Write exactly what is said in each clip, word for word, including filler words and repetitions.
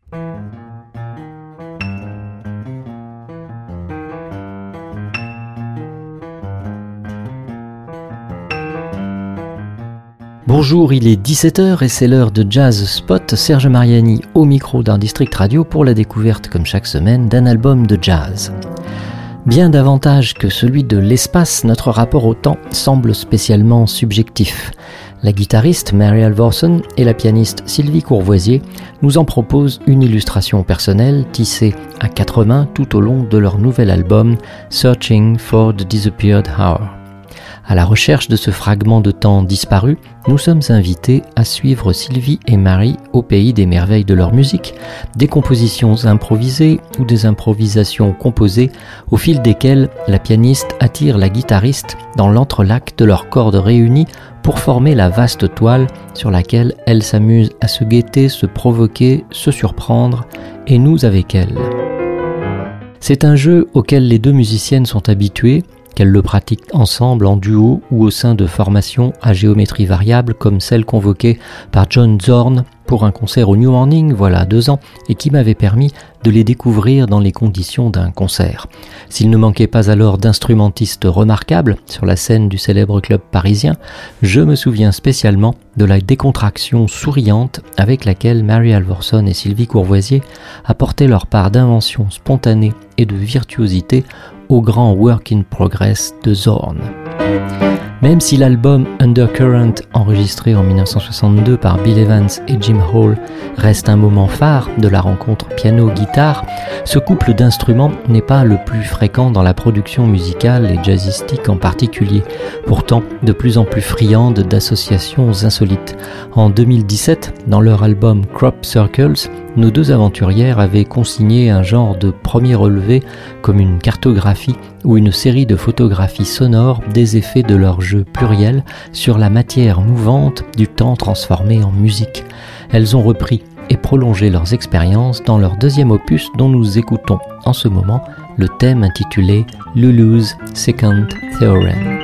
Bonjour, il est dix-sept heures et c'est l'heure de Jazz Spot. Serge Mariani au micro d'Art District Radio pour la découverte, comme chaque semaine, d'un album de jazz. Bien davantage que celui de l'espace, notre rapport au temps semble spécialement subjectif. La guitariste Mary Alvorson et la pianiste Sylvie Courvoisier nous en proposent une illustration personnelle tissée à quatre mains tout au long de leur nouvel album Searching for the Disappeared Hour. À la recherche de ce fragment de temps disparu, nous sommes invités à suivre Sylvie et Mary au pays des merveilles de leur musique, des compositions improvisées ou des improvisations composées au fil desquelles la pianiste attire la guitariste dans l'entrelac de leurs cordes réunies pour former la vaste toile sur laquelle elle s'amuse à se guetter, se provoquer, se surprendre, et nous avec elle. C'est un jeu auquel les deux musiciennes sont habituées, qu'elles le pratiquent ensemble en duo ou au sein de formations à géométrie variable comme celle convoquée par John Zorn pour un concert au New Morning voilà deux ans et qui m'avait permis de les découvrir dans les conditions d'un concert. S'il ne manquait pas alors d'instrumentistes remarquables sur la scène du célèbre club parisien, je me souviens spécialement de la décontraction souriante avec laquelle Mary Alvorson et Sylvie Courvoisier apportaient leur part d'invention spontanée et de virtuosité au grand work in progress de Zorn. Même si l'album Undercurrent, enregistré en dix-neuf cent soixante-deux par Bill Evans et Jim Hall, reste un moment phare de la rencontre piano-guitare, ce couple d'instruments n'est pas le plus fréquent dans la production musicale et jazzistique en particulier, pourtant de plus en plus friande d'associations insolites. En deux mille dix-sept, dans leur album Crop Circles, nos deux aventurières avaient consigné un genre de premier relevé comme une cartographie ou une série de photographies sonores des effets de leur jeu pluriel sur la matière mouvante du temps transformé en musique. Elles ont repris et prolongé leurs expériences dans leur deuxième opus dont nous écoutons en ce moment le thème intitulé Lulu's Second Theorem.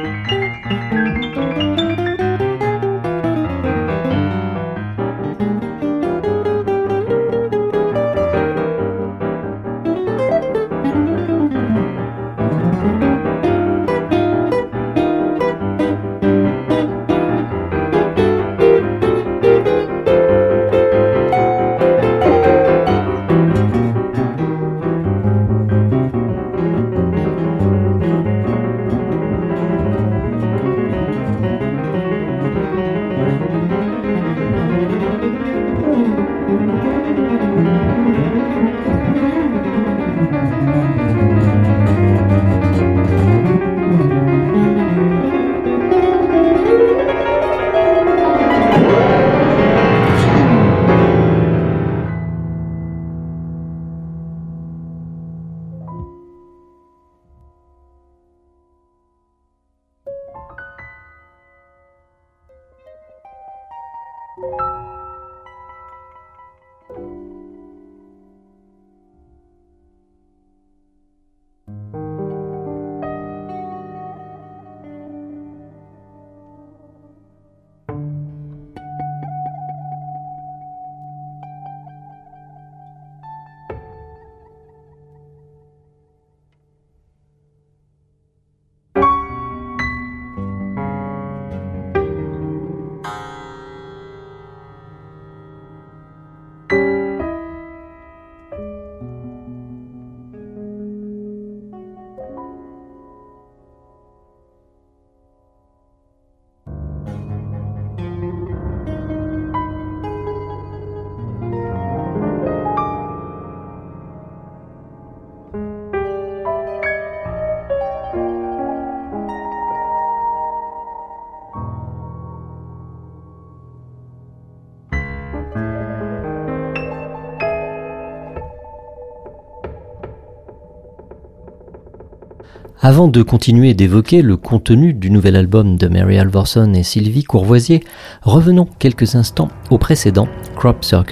Avant de continuer d'évoquer le contenu du nouvel album de Mary Alvorson et Sylvie Courvoisier, revenons quelques instants au précédent, Crop Circles,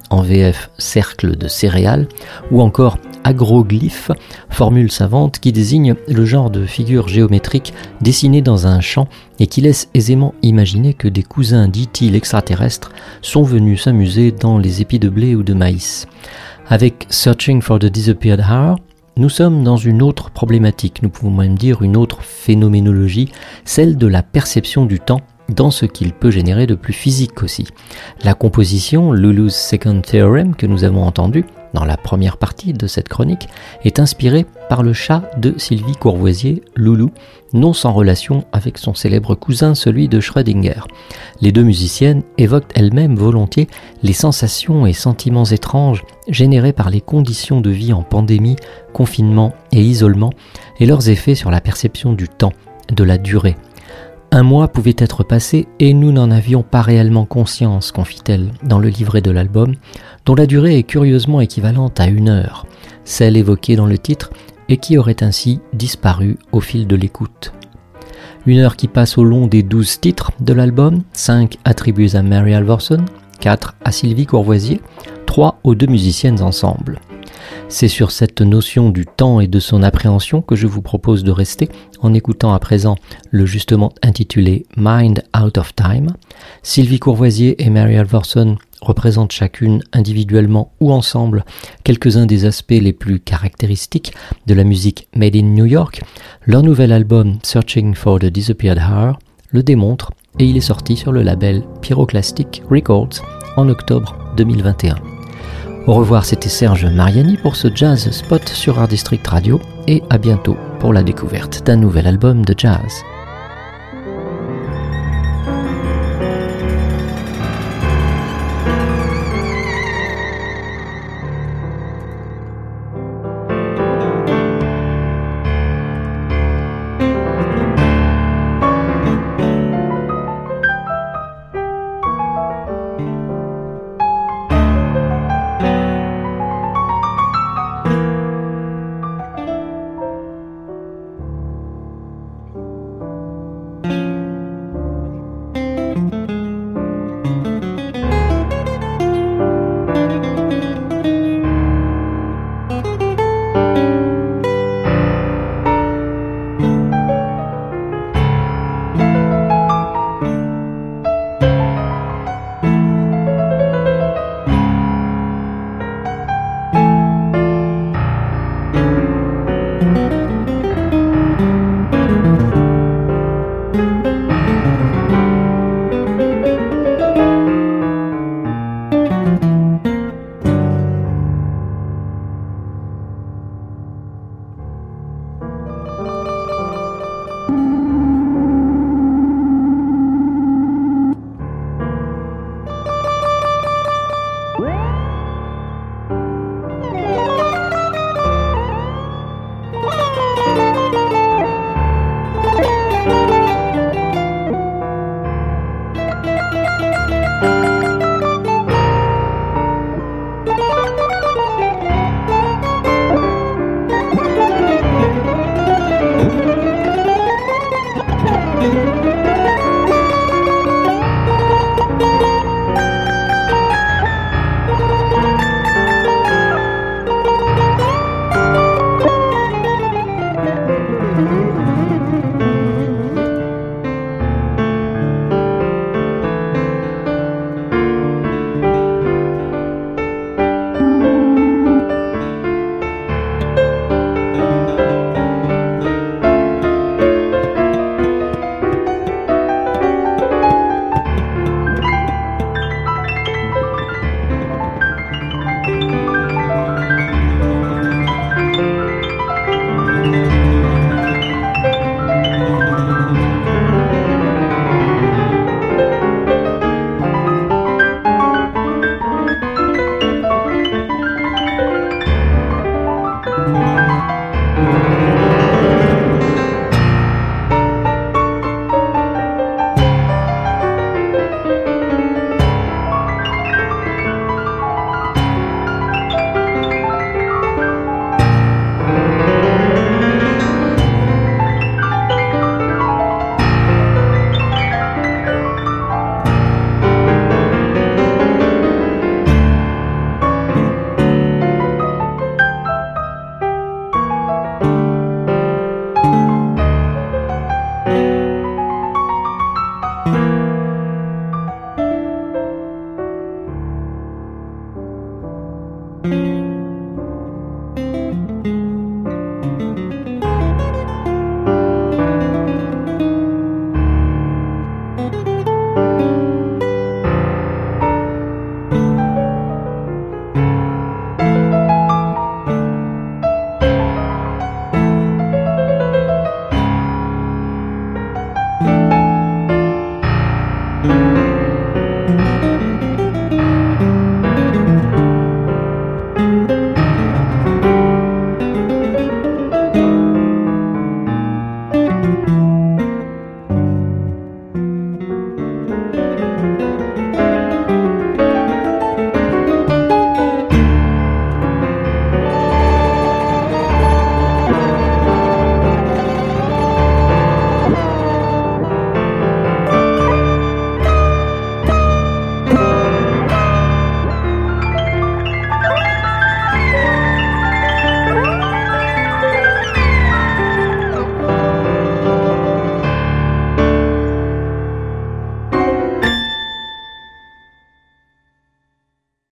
en V F cercle de céréales, ou encore agroglyphe, formule savante qui désigne le genre de figure géométrique dessinée dans un champ et qui laisse aisément imaginer que des cousins d'E T l'extraterrestre sont venus s'amuser dans les épis de blé ou de maïs. Avec Searching for the Disappeared Hour, nous sommes dans une autre problématique, nous pouvons même dire une autre phénoménologie, celle de la perception du temps dans ce qu'il peut générer de plus physique aussi. La composition Lulu's Second Theorem que nous avons entendue dans la première partie de cette chronique est inspirée par le chat de Sylvie Courvoisier, Loulou, non sans relation avec son célèbre cousin, celui de Schrödinger. Les deux musiciennes évoquent elles-mêmes volontiers les sensations et sentiments étranges générés par les conditions de vie en pandémie, confinement et isolement, et leurs effets sur la perception du temps, de la durée. Un mois pouvait être passé et nous n'en avions pas réellement conscience, confie-t-elle dans le livret de l'album, dont la durée est curieusement équivalente à une heure, celle évoquée dans le titre et qui aurait ainsi disparu au fil de l'écoute. Une heure qui passe au long des douze titres de l'album, cinq attribués à Mary Alvorson, quatre à Sylvie Courvoisier, trois aux deux musiciennes ensemble. C'est sur cette notion du temps et de son appréhension que je vous propose de rester en écoutant à présent le justement intitulé Mind Out of Time. Sylvie Courvoisier et Mary Alvorson représentent chacune individuellement ou ensemble quelques-uns des aspects les plus caractéristiques de la musique Made in New York. Leur nouvel album Searching for the Disappeared Hour le démontre et il est sorti sur le label Pyroclastic Records en octobre deux mille vingt et un. Au revoir, c'était Serge Mariani pour ce Jazz Spot sur Art District Radio et à bientôt pour la découverte d'un nouvel album de jazz. Thank you.